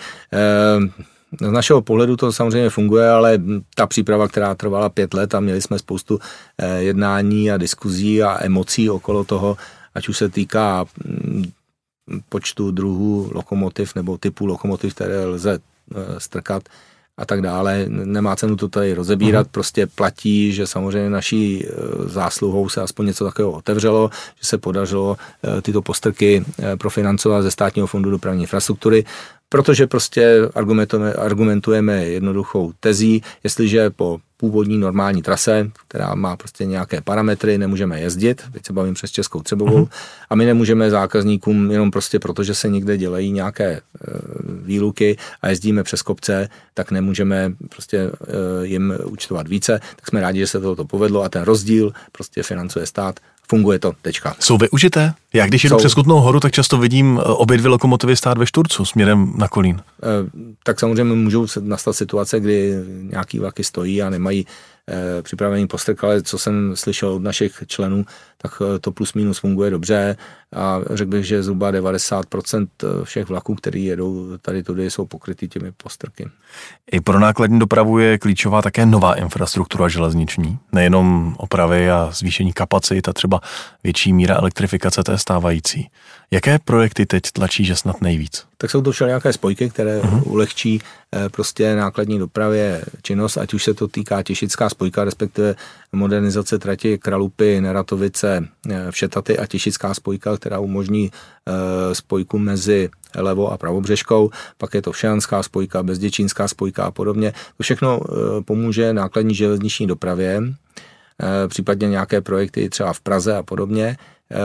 E, z našeho pohledu to samozřejmě funguje, ale ta příprava, která trvala pět let a měli jsme spoustu e, jednání a diskuzí a emocí okolo toho, ať už se týká m, počtu druhů lokomotiv nebo typů lokomotiv, které lze e, strkat, a tak dále. Nemá cenu to tady rozebírat, prostě platí, že samozřejmě naší zásluhou se aspoň něco takového otevřelo, že se podařilo tyto postrky profinancovat ze Státního fondu dopravní infrastruktury, protože prostě argumentujeme, argumentujeme jednoduchou tezí, jestliže po původní normální trase, která má prostě nějaké parametry, nemůžeme jezdit, teď se bavím přes Českou Třebovou, a my nemůžeme zákazníkům jenom prostě proto, že se někde dělají nějaké výluky a jezdíme přes kopce, tak nemůžeme prostě jim účtovat více, tak jsme rádi, že se toto povedlo a ten rozdíl prostě financuje stát. Funguje to, tečka. Jsou využité? Já když jedu přes Kutnou Horu, tak často vidím obě dvě lokomotivy stát ve Šturcu směrem na Kolín. E, tak samozřejmě můžou nastat situace, kdy nějaký vlaky stojí a nemají e, připravený postrk, ale co jsem slyšel od našich členů, tak to plus minus funguje dobře a řekl bych, že zhruba devadesát procent všech vlaků, které jedou tady tudy, jsou pokrytý těmi postrky. I pro nákladní dopravu je klíčová také nová infrastruktura železniční, nejenom opravy a zvýšení kapacit a třeba větší míra elektrifikace té stávající. Jaké projekty teď tlačí, že snad nejvíc? Tak jsou to všelijaké spojky, které uh-huh. ulehčí eh, prostě nákladní dopravě činnost, ať už se to týká Těšická spojka, respektive modernizace trati Kralupy, Neratovice, eh, Všetaty a Těšická spojka, která umožní eh, spojku mezi levo- a pravobřežkou, pak je to Všejanská spojka, Bezděčínská spojka a podobně. To všechno eh, pomůže nákladní železniční dopravě, eh, případně nějaké projekty třeba v Praze a podobně.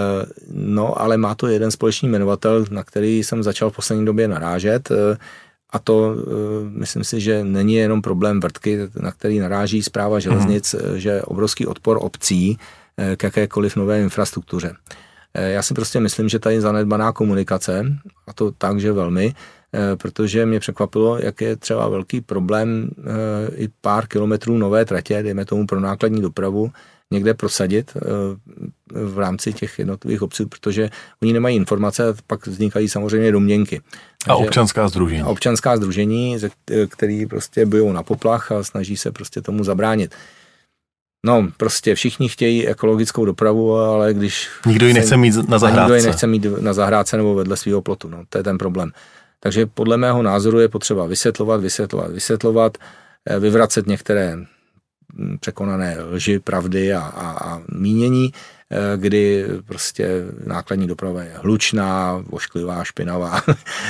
No, ale má to jeden společný jmenovatel, na který jsem začal v poslední době narážet, a to myslím si, že není jenom problém vrtky, na který naráží Správa železnic, hmm. že je obrovský odpor obcí k jakékoliv nové infrastruktuře. Já si prostě myslím, že tady je zanedbaná komunikace, a to tak, že velmi, protože mě překvapilo, jak je třeba velký problém i pár kilometrů nové tratě, dejme tomu pro nákladní dopravu, někde prosadit v rámci těch jednotlivých obcí, protože oni nemají informace a pak vznikají samozřejmě domněnky. A občanská sdružení. A občanská sdružení, který prostě bijou na poplach a snaží se prostě tomu zabránit. No, prostě všichni chtějí ekologickou dopravu, ale když... Nikdo ji nechce mít na zahrádce. Nikdo ji nechce mít na zahrádce nebo vedle svého plotu, no, to je ten problém. Takže podle mého názoru je potřeba vysvětlovat, vysvětlovat, vysvětlovat, vyvracet některé překonané lži, pravdy a, a, a mínění, kdy prostě nákladní doprava je hlučná, vošklivá, špinavá.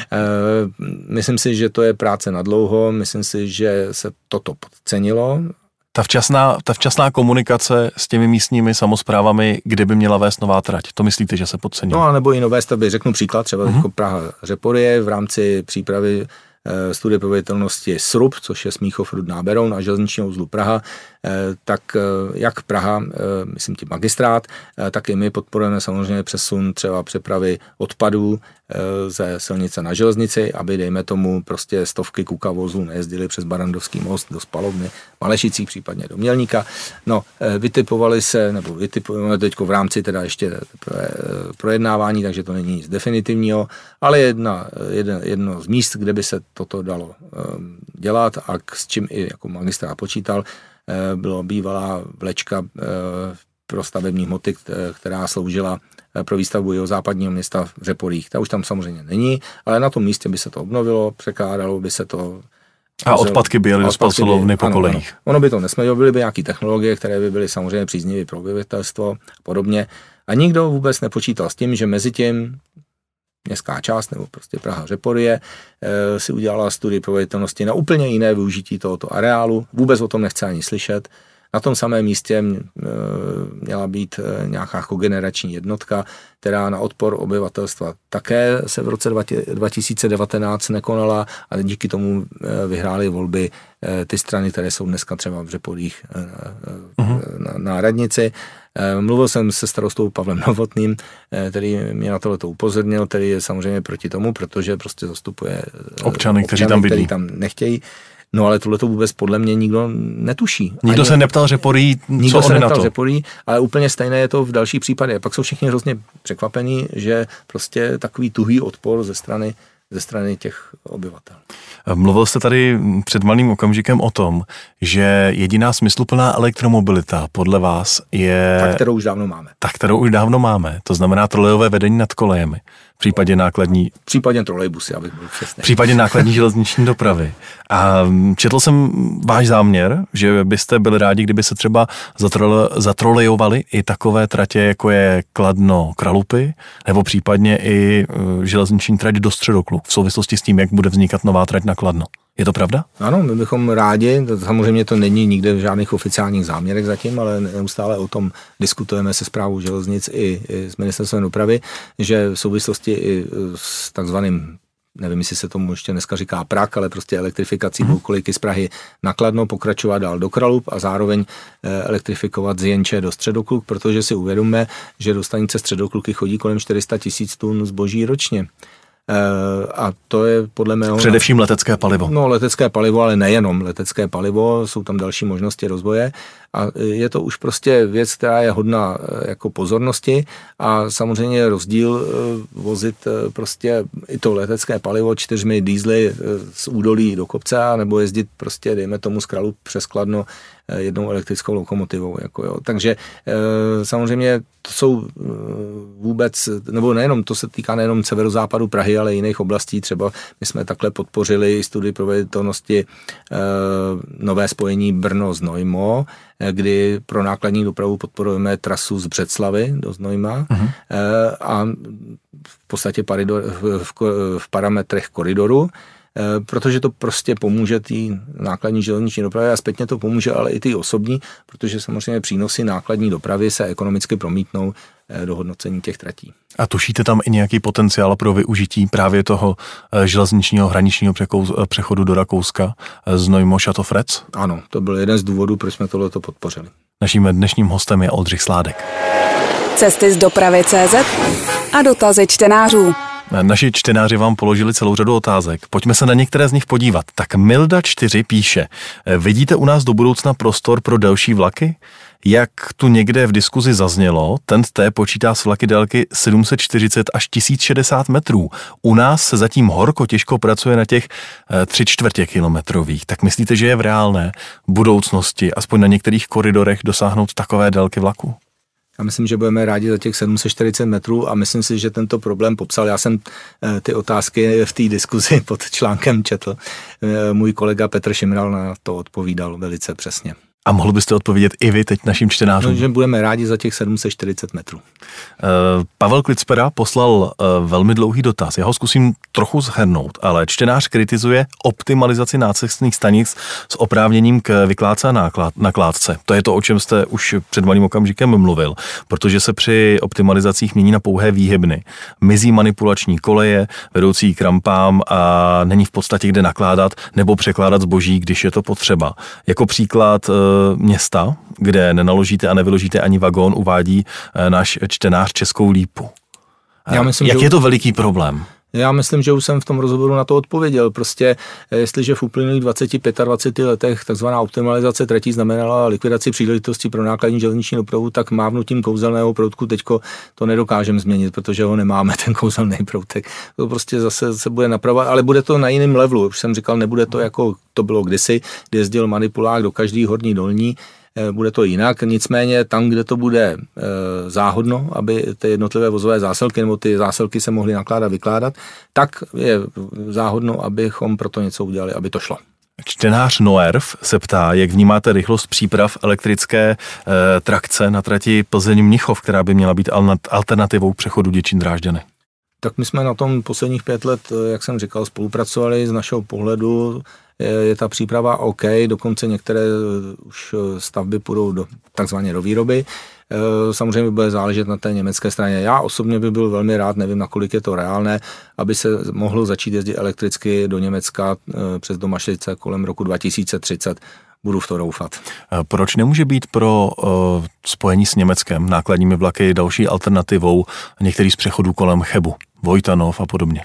Myslím si, že to je práce na dlouho, myslím si, že se toto podcenilo. Ta včasná, ta včasná komunikace s těmi místními samosprávami, kde by měla vést nová trať, to myslíte, že se podcenilo? No, nebo i nové stavby. Řeknu příklad, třeba uh-huh. jako Praha-Řeporyje v rámci přípravy studie proveditelnosti S R U P, což je Smíchov, Rudná, Beroun a železničního uzlu Praha, tak jak Praha, myslím tím magistrát, tak i my podporujeme samozřejmě přesun třeba přepravy odpadů ze silnice na železnici, aby dejme tomu prostě stovky kukavozů nejezdili přes Barandovský most do Spalovny, Malešicí, případně do Mělníka. No, vytipovali se, nebo vytipujeme teďko v rámci teda ještě projednávání, takže to není nic definitivního, ale jedna, jedno, jedno z míst, kde by se toto dalo dělat a s čím i jako magistrát počítal, bylo bývalá vlečka pro stavební hmoty, která sloužila pro výstavbu jeho západního města v Řeporích. Ta už tam samozřejmě není, ale na tom místě by se to obnovilo, překládalo by se to. A odpadky by jeli do spasolovny po kolejích. Ono by to nesmělo, byly by nějaké technologie, které by byly samozřejmě příznivé pro obyvatelstvo a podobně. A nikdo vůbec nepočítal s tím, že mezi tím městská část nebo prostě Praha Řeporyje e, si udělala studii proveditelnosti na úplně jiné využití tohoto areálu. Vůbec o tom nechce ani slyšet. Na tom samém místě měla být nějaká kogenerační jednotka, která na odpor obyvatelstva také se v roce dva tisíce devatenáct nekonala a díky tomu vyhrály volby ty strany, které jsou dneska třeba v Řeporích uh-huh. na, na radnici. Mluvil jsem se starostou Pavlem Novotným, který mě na tohleto upozornil, který je samozřejmě proti tomu, protože prostě zastupuje občany, kteří tam bydlí. Kteří tam nechtějí. No ale tohle to vůbec podle mě nikdo netuší. Nikdo Ani, se neptal Řeporí, nikdo co se oni neptal na to. Řeporí, ale úplně stejné je to v další případě. Pak jsou všichni hrozně překvapení, že prostě takový tuhý odpor ze strany ze strany těch obyvatel. Mluvil jste tady před malým okamžikem o tom, že jediná smysluplná elektromobilita podle vás je... Ta, kterou už dávno máme. Ta, kterou už dávno máme. To znamená trolejové vedení nad kolejemi. V případě nákladní... V případě trolejbusy, abych byl přesný. V případě nákladní železniční dopravy. A četl jsem váš záměr, že byste byli rádi, kdyby se třeba zatrole, zatrolejovaly i takové tratě, jako je Kladno-Kralupy, nebo případně i železniční trať do Středoklu, v souvislosti s tím, jak bude vznikat nová trať na Kladno. Je to pravda? Ano, my bychom rádi, samozřejmě to není nikde v žádných oficiálních záměrech zatím, ale neustále o tom diskutujeme se správou železnic i, i s ministerstvem dopravy, že v souvislosti i s takzvaným, nevím, jestli se tomu ještě dneska říká prak, ale prostě elektrifikací mm. dvoukolejky z Prahy na Kladno, pokračovat dál do Kralup a zároveň elektrifikovat z Jenče do Středokluk, protože si uvědomíme, že do stanice Středokluky chodí kolem čtyři sta tisíc tun zboží ročně. A to je podle mého... Především letecké palivo. No, letecké palivo, ale nejenom letecké palivo, jsou tam další možnosti rozvoje a je to už prostě věc, která je hodná jako pozornosti a samozřejmě je rozdíl vozit prostě i to letecké palivo čtyřmi diesely z údolí do kopce a nebo jezdit prostě, dejme tomu, z Kralup přes Kladno jednou elektrickou lokomotivou. Jako jo. Takže samozřejmě to jsou vůbec, nebo nejenom, to se týká nejenom severozápadu Prahy, ale i jiných oblastí. Třeba my jsme takhle podpořili studii proveditelnosti nové spojení Brno-Znojmo, kdy pro nákladní dopravu podporujeme trasu z Břeclavy do Znojma uh-huh. a v podstatě paridor, v, v parametrech koridoru, protože to prostě pomůže té nákladní železniční dopravě a zpětně to pomůže ale i ty osobní, protože samozřejmě přínosy nákladní dopravy se ekonomicky promítnou do hodnocení těch tratí. A tušíte tam i nějaký potenciál pro využití právě toho železničního hraničního přechodu do Rakouska Znojmo Šatofrec? Ano, to byl jeden z důvodů, proč jsme tohleto podpořili. Naším dnešním hostem je Oldřich Sládek. Cesty z dopravy tečka cé zet a dotazy čtenářů. Naši čtenáři vám položili celou řadu otázek. Pojďme se na některé z nich podívat. Tak Milda čtyři píše, vidíte u nás do budoucna prostor pro delší vlaky? Jak tu někde v diskuzi zaznělo, ten T počítá s vlaky délky sedm set čtyřicet až tisíc šedesát metrů. U nás se zatím horko těžko pracuje na těch tři čtvrtě kilometrových. Tak myslíte, že je v reálné budoucnosti, aspoň na některých koridorech, dosáhnout takové délky vlaku? Já myslím, že budeme rádi za těch sedm set čtyřicet metrů a myslím si, že tento problém popsal. Já jsem ty otázky v té diskuzi pod článkem četl. Můj kolega Petr Šimral na to odpovídal velice přesně. A mohl byste odpovědět i vy teď našim čtenářům? No, že budeme rádi za těch sedm set čtyřicet metrů. Pavel Klicpera poslal velmi dlouhý dotaz. Já ho zkusím trochu shrnout, ale čtenář kritizuje optimalizaci nácestných stanic s oprávněním k vykládce a nakládce. To je to, o čem jste už před malým okamžikem mluvil, protože se při optimalizacích mění na pouhé výhybny. Mizí manipulační koleje, vedoucí k rampám a není v podstatě kde nakládat nebo překládat zboží, když je to potřeba. Jako příklad města, kde nenaložíte a nevyložíte ani vagón, uvádí náš čtenář Českou Lípu. Já myslím, Jak že... je to veliký problém? Já myslím, že už jsem v tom rozhovoru na to odpověděl. Prostě jestliže v uplynulých dvaceti dvaceti pěti letech takzvaná optimalizace tratí znamenala likvidaci příležitostí pro nákladní železniční dopravu, tak mávnutím kouzelného proutku teďko to nedokážeme změnit, protože ho nemáme, ten kouzelný proutek. To prostě zase se bude napravovat, ale bude to na jiném levelu. Už jsem říkal, nebude to jako to bylo kdysi, kdy jezdil manipulák do každý horní dolní. Bude to jinak, nicméně tam, kde to bude e, záhodno, aby ty jednotlivé vozové zásilky nebo ty zásilky se mohly nakládat, vykládat, tak je záhodno, abychom pro to něco udělali, aby to šlo. Čtenář Noerv se ptá, jak vnímáte rychlost příprav elektrické e, trakce na trati Plzeň-Mnichov, která by měla být alternativou přechodu Děčín-Drážďany. Tak my jsme na tom posledních pět let, jak jsem říkal, spolupracovali z našeho pohledu. Je, je ta příprava OK, dokonce některé už stavby půjdou do, takzvaně do výroby. E, samozřejmě bude záležet na té německé straně. Já osobně bych byl velmi rád, nevím, nakolik je to reálné, aby se mohlo začít jezdit elektricky do Německa e, přes Domažlice kolem roku dva tisíce třicet. Budu v to doufat. Proč nemůže být pro uh, spojení s Německem nákladními vlaky další alternativou některých z přechodů kolem Chebu, Vojtanov a podobně?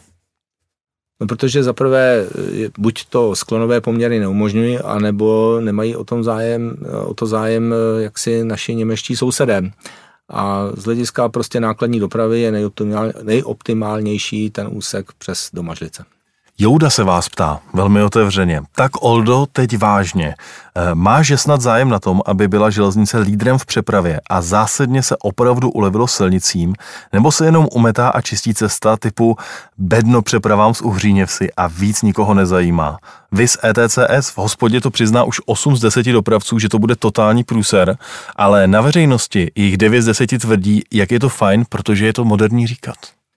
No, protože zaprvé buď to sklonové poměry neumožňují, anebo nemají o tom zájem, o to zájem jaksi naši němečtí sousedé. A z hlediska prostě nákladní dopravy je nejoptimál, nejoptimálnější ten úsek přes Domažlice. Jouda se vás ptá velmi otevřeně. Tak Oldo, teď vážně. Máš snad zájem na tom, aby byla železnice lídrem v přepravě a zásadně se opravdu ulevilo silnicím, nebo se jenom umetá a čistí cesta typu bedno přepravám z Uhříněvsi a víc nikoho nezajímá? Vys E T C S v hospodě to přizná už osm z deseti dopravců, že to bude totální průser, ale na veřejnosti jich devět z deseti tvrdí, jak je to fajn, protože je to moderní říkat.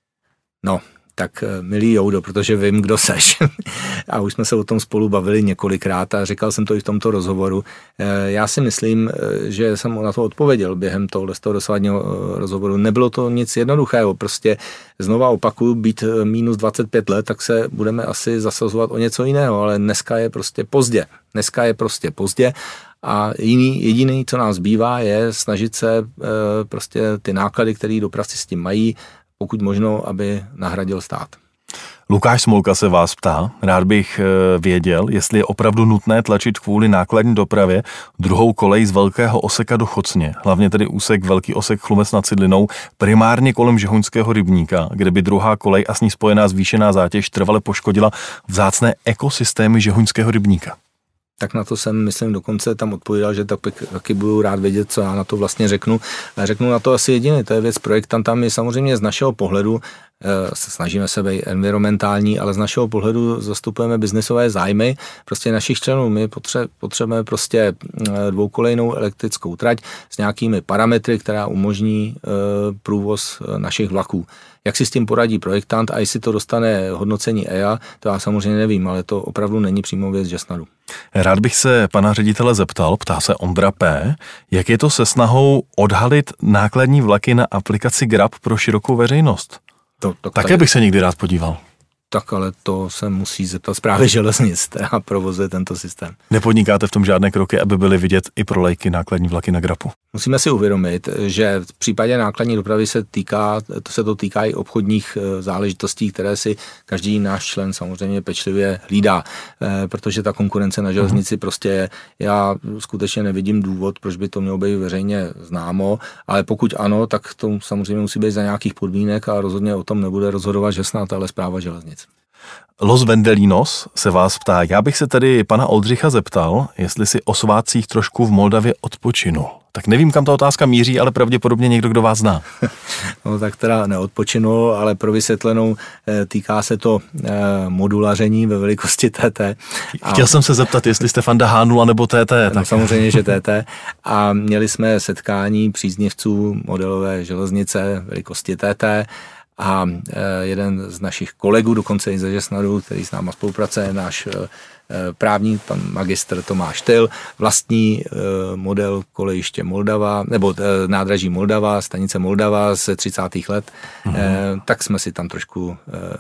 No, tak milý Joudo, protože vím, kdo seš. A už jsme se o tom spolu bavili několikrát a říkal jsem to i v tomto rozhovoru. Já si myslím, že jsem na to odpověděl během toho dosavadního rozhovoru. Nebylo to nic jednoduchého, prostě znova opakuju, být minus dvacet pět let, tak se budeme asi zasazovat o něco jiného, ale dneska je prostě pozdě. Dneska je prostě pozdě. A jiný, jediný, co nám zbývá, je snažit se e, prostě ty náklady, které dopravci s tím mají, pokud možno, aby nahradil stát. Lukáš Smolka se vás ptá, rád bych věděl, jestli je opravdu nutné tlačit kvůli nákladní dopravě druhou kolej z Velkého Oseka do Chocně, hlavně tedy úsek Velký Osek Chlumec nad Cidlinou, primárně kolem Žehoňského rybníka, kde by druhá kolej a s ní spojená zvýšená zátěž trvale poškodila vzácné ekosystémy Žehoňského rybníka. Tak na to jsem, myslím, dokonce tam odpovídal, že tak, taky budu rád vědět, co já na to vlastně řeknu. A řeknu na to asi jediný, to je věc projektanta. My samozřejmě z našeho pohledu se snažíme se být environmentální, ale z našeho pohledu zastupujeme biznesové zájmy prostě našich členů. My potře- potřebujeme prostě dvoukolejnou elektrickou trať s nějakými parametry, která umožní průvoz našich vlaků. Jak si s tím poradí projektant a jestli to dostane hodnocení E I A, to já samozřejmě nevím, ale to opravdu není přímo věc Žesnadu. Rád bych se pana ředitele zeptal, ptá se Ondra P., jak je to se snahou odhalit nákladní vlaky na aplikaci Grab pro širokou veřejnost? To, to, Také tak, bych se někdy rád podíval. Tak ale to se musí zeptat Správy železnic, která provozuje tento systém. Nepodnikáte v tom žádné kroky, aby byly vidět i pro lajky nákladní vlaky na Grapu? Musíme si uvědomit, že v případě nákladní dopravy se týká, to se to týká i obchodních záležitostí, které si každý náš člen samozřejmě pečlivě hlídá, protože ta konkurence na železnici prostě je, já skutečně nevidím důvod, proč by to mělo být veřejně známo, ale pokud ano, tak to samozřejmě musí být za nějakých podmínek a rozhodně o tom nebude rozhodovat Žesnad, ale Správa železnic. Los Vendelinos se vás ptá, já bych se tedy pana Oldřicha zeptal, jestli si o svátcích trošku v Moldavě odpočinul. Tak nevím, kam ta otázka míří, ale pravděpodobně někdo, kdo vás zná. No tak teda neodpočinul, ale pro vysvětlenou týká se to modulaření ve velikosti T T. A chtěl jsem se zeptat, jestli jste fanda H nula nebo T T. No tak samozřejmě, že T T. A měli jsme setkání příznivců modelové železnice velikosti T T. A jeden z našich kolegů, dokonce i ze Žesnadu, který s náma spolupracuje, náš právník, pan magistr Tomáš Tyl, vlastní model kolejiště Moldava, nebo nádraží Moldava, stanice Moldava z třicátých let, mm-hmm. tak jsme si tam trošku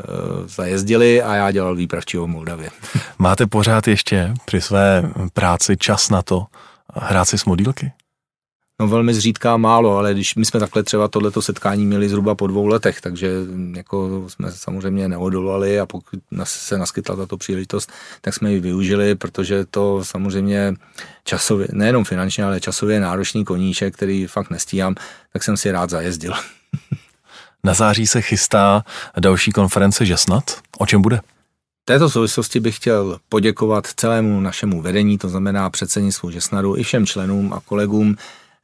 zajezdili a já dělal výpravčího v Moldavě. Máte pořád ještě při své práci čas na to hrát si s modílky? No velmi zřídka málo, ale když my jsme takhle třeba tohleto setkání měli zhruba po dvou letech, takže jako jsme samozřejmě neodolali a pokud se naskytla tato příležitost, tak jsme ji využili, protože to samozřejmě časově, nejenom finančně, ale časově náročný koníček, který fakt nestíhám, tak jsem si rád zajezdil. Na září se chystá další konference Žesnat. O čem bude? V této souvislosti bych chtěl poděkovat celému našemu vedení, to znamená předsednictvu Žesnadu i všem členům a kolegům,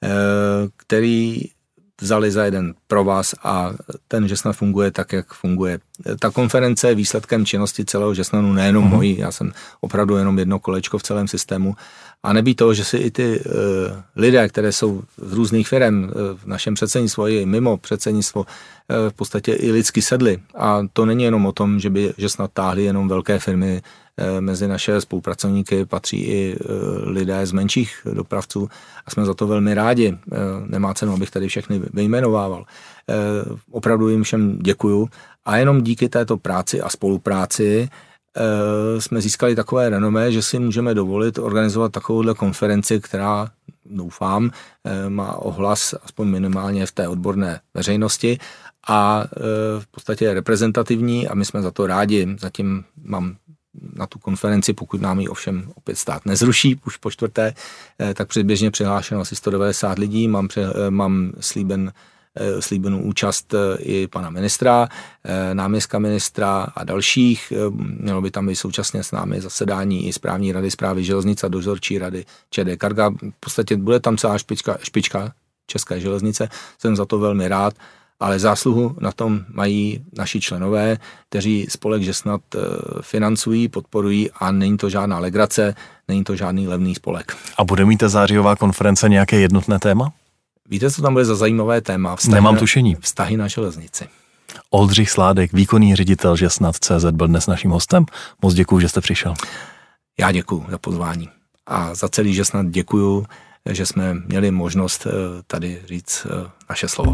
který vzali za jeden provaz a ten Žesnad funguje tak, jak funguje. Ta konference je výsledkem činnosti celého Žesnadu, nejenom mm. mojí, já jsem opravdu jenom jedno kolečko v celém systému. A nebýt toho, že si i ty uh, lidé, které jsou z různých firm uh, v našem předsednictvu i mimo předsednictvo, uh, v podstatě i lidsky sedli. A to není jenom o tom, že by Žesnad táhli jenom velké firmy. Uh, mezi naše spolupracovníky patří i uh, lidé z menších dopravců a jsme za to velmi rádi. Uh, nemá cenu, abych tady všechny vyjmenovával. Uh, opravdu jim všem děkuju. A jenom díky této práci a spolupráci jsme získali takové renomé, že si můžeme dovolit organizovat takovouhle konferenci, která, doufám, má ohlas aspoň minimálně v té odborné veřejnosti a v podstatě je reprezentativní a my jsme za to rádi. Zatím mám na tu konferenci, pokud nám ji ovšem opět stát nezruší, už po čtvrté, tak předběžně přihlášeno asi sto devadesát lidí, mám, pře, mám slíben slíbenou účast i pana ministra, náměstka ministra a dalších. Mělo by tam být současně s námi zasedání i správní rady správy železnic a dozorčí rady ČD Carga. V podstatě bude tam celá špička, špička České železnice. Jsem za to velmi rád, ale zásluhu na tom mají naši členové, kteří spolek Žesnad financují, podporují a není to žádná legrace, není to žádný levný spolek. A bude mít ta zářijová konference nějaké jednotné téma? Víte, co tam bude za zajímavé téma? Vztahy Nemám na, tušení. Vztahy na železnici. Oldřich Sládek, výkonný ředitel Žesnad tečka cé zet, byl dnes naším hostem. Moc děkuju, že jste přišel. Já děkuju za pozvání. A za celý Žesnad děkuju, že jsme měli možnost tady říct naše slovo.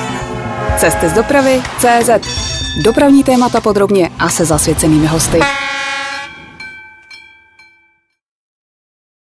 Cesty z dopravy tečka cé zet. Dopravní témata podrobně a se zasvěcenými hosty.